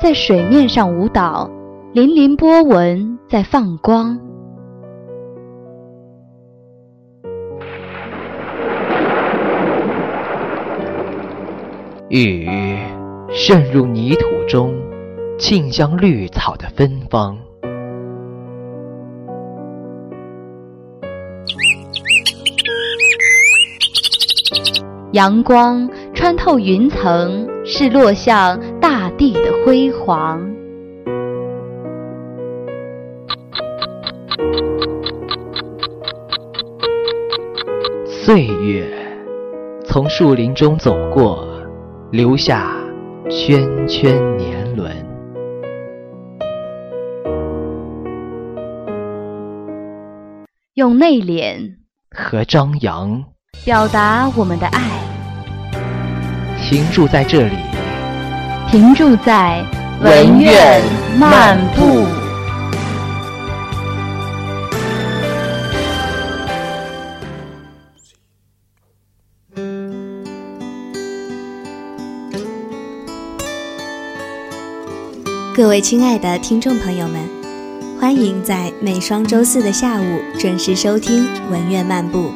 在水面上舞蹈，粼粼波纹在放光。 雨渗入泥土中，沁香绿草的芬芳。 阳光穿透云层，是落向大地的辉煌。 岁月从树林中走过，留下圈圈年轮。 用内敛和张扬表达我们的爱， 停驻在这里， 停驻在文苑漫步。 各位亲爱的听众朋友们，欢迎在每双周四的下午准时收听文苑漫步。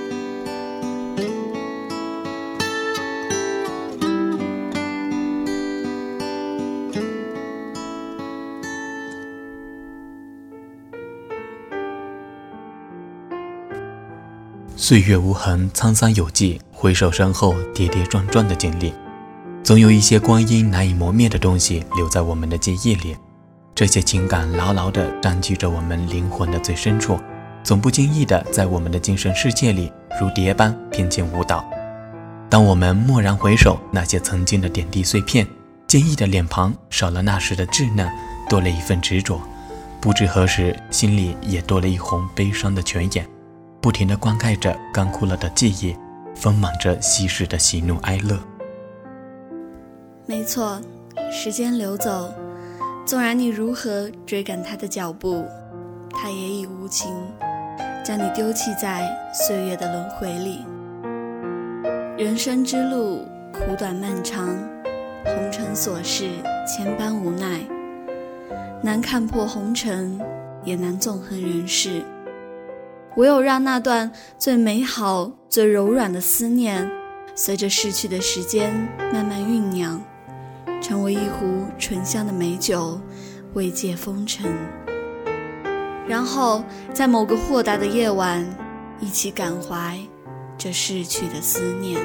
岁月无痕，沧桑有际，回首身后跌跌撞撞的经历，总有一些光阴难以磨灭的东西留在我们的记忆里，这些情感牢牢地占据着我们灵魂的最深处，总不经意地在我们的精神世界里如蝶般翩跹舞蹈。当我们蓦然回首，那些曾经的点滴碎片，坚毅的脸庞少了那时的稚嫩，多了一份执着，不知何时心里也多了一泓悲伤的泉眼，不停地灌溉着干枯了的记忆，丰满着昔时的喜怒哀乐。 没错，时间流走，纵然你如何追赶他的脚步，他也已无情将你丢弃在岁月的轮回里。人生之路苦短漫长，红尘琐事千般无奈，难看破红尘，也难纵横人世。唯有让那段最美好最柔软的思念，随着逝去的时间慢慢酝酿，成为一壶醇香的美酒，慰藉风尘。然后在某个豁达的夜晚，一起感怀这逝去的思念。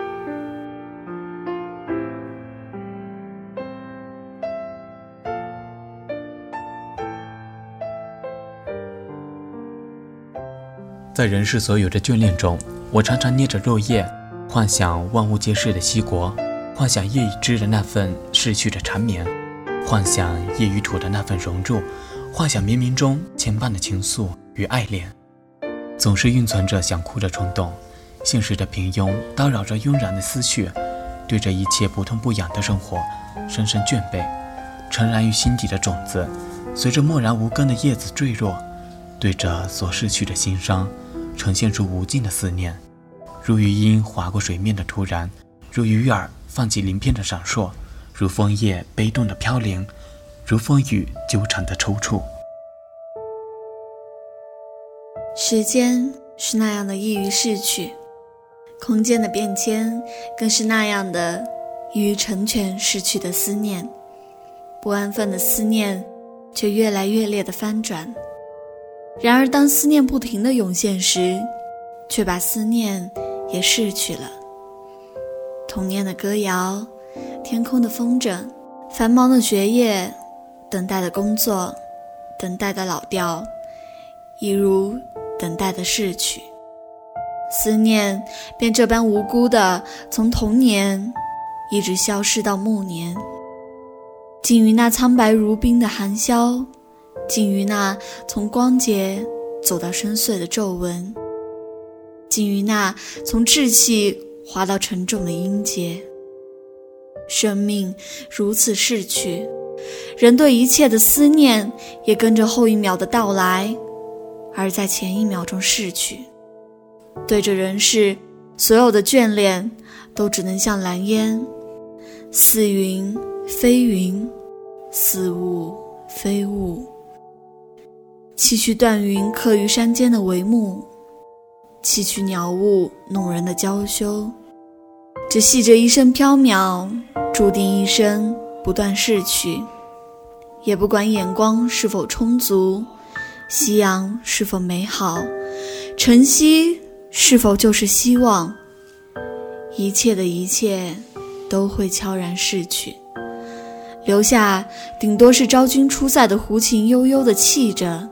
在人世所有的眷恋中，我常常捏着肉叶，幻想万物皆是的西国，幻想夜已知的那份逝去的缠绵，幻想夜与土的那份融入，幻想冥冥中牵绊的情愫与爱恋。总是蕴存着想哭的冲动，现实的平庸叨扰着慵懒的思绪，对着一切不痛不痒的生活深深倦惫。沉燃于心底的种子，随着默然无根的叶子坠落，对着所逝去的心伤呈现出无尽的思念，如余音划过水面的突然，如鱼饵放弃鳞片的闪烁，如枫叶悲动的飘零，如风雨纠缠的抽搐。 时间是那样的易于逝去，空间的变迁更是那样的易于成全逝去的思念，不安分的思念却越来越烈的翻转。然而当思念不停地涌现时，却把思念也逝去了。童年的歌谣，天空的风筝，繁忙的学业，等待的工作，等待的老调，一如等待的逝去。思念便这般无辜地从童年一直消失到暮年，尽于那苍白如冰的寒宵，尽于那从光洁走到深邃的皱纹，尽于那从稚气滑到沉重的音节。生命如此逝去，人对一切的思念也跟着后一秒的到来，而在前一秒钟逝去。对着人世所有的眷恋，都只能像蓝烟，似云非云， 似雾非雾。崎岖断云刻于山间的帷幕，崎岖鸟雾弄人的娇羞。只系着一生缥缈，注定一生不断逝去。也不管眼光是否充足，夕阳是否美好，晨曦是否就是希望，一切的一切都会悄然逝去，留下顶多是昭君出塞的胡琴悠悠地泣着。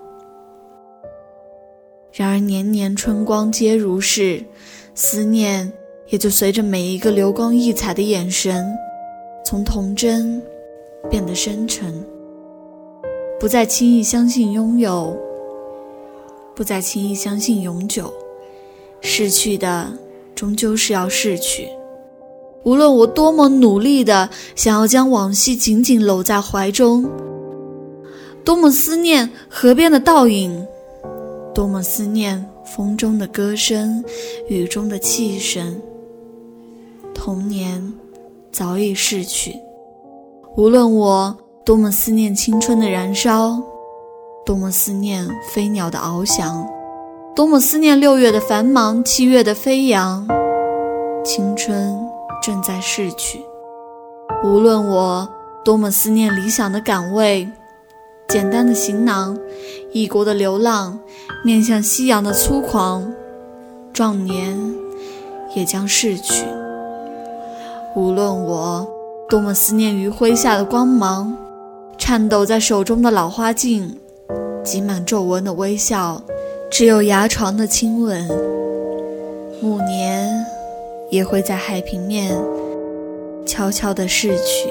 然而年年春光皆如是，思念也就随着每一个流光溢彩的眼神，从童真变得深沉，不再轻易相信拥有，不再轻易相信永久。逝去的终究是要逝去，无论我多么努力地想要将往昔紧紧搂在怀中，多么思念河边的倒影，多么思念风中的歌声，雨中的气声，童年早已逝去。无论我多么思念青春的燃烧，多么思念飞鸟的翱翔，多么思念6月的繁忙，7月的飞扬，青春正在逝去。无论我多么思念理想的岗位，简单的行囊，异国的流浪，面向夕阳的粗狂，壮年也将逝去。无论我多么思念余晖下的光芒，颤抖在手中的老花镜，挤满皱纹的微笑，只有牙床的亲吻，暮年也会在海平面悄悄地逝去。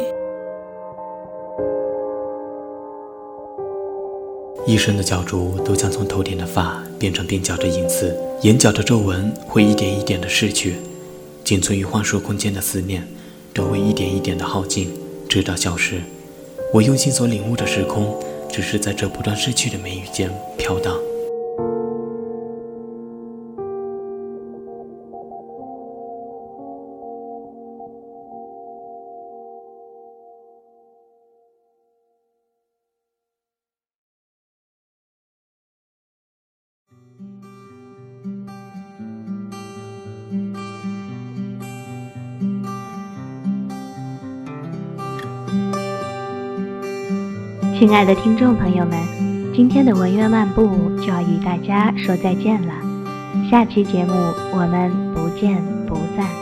一生的角逐都将从头顶的发变成鬓角的影子，眼角的皱纹会一点一点地逝去，仅存于幻术空间的思念都会一点一点地耗尽，直到消失。我用心所领悟的时空，只是在这不断逝去的眉宇间飘荡。 亲爱的听众朋友们，今天的文苑漫步就要与大家说再见了，下期节目我们不见不散。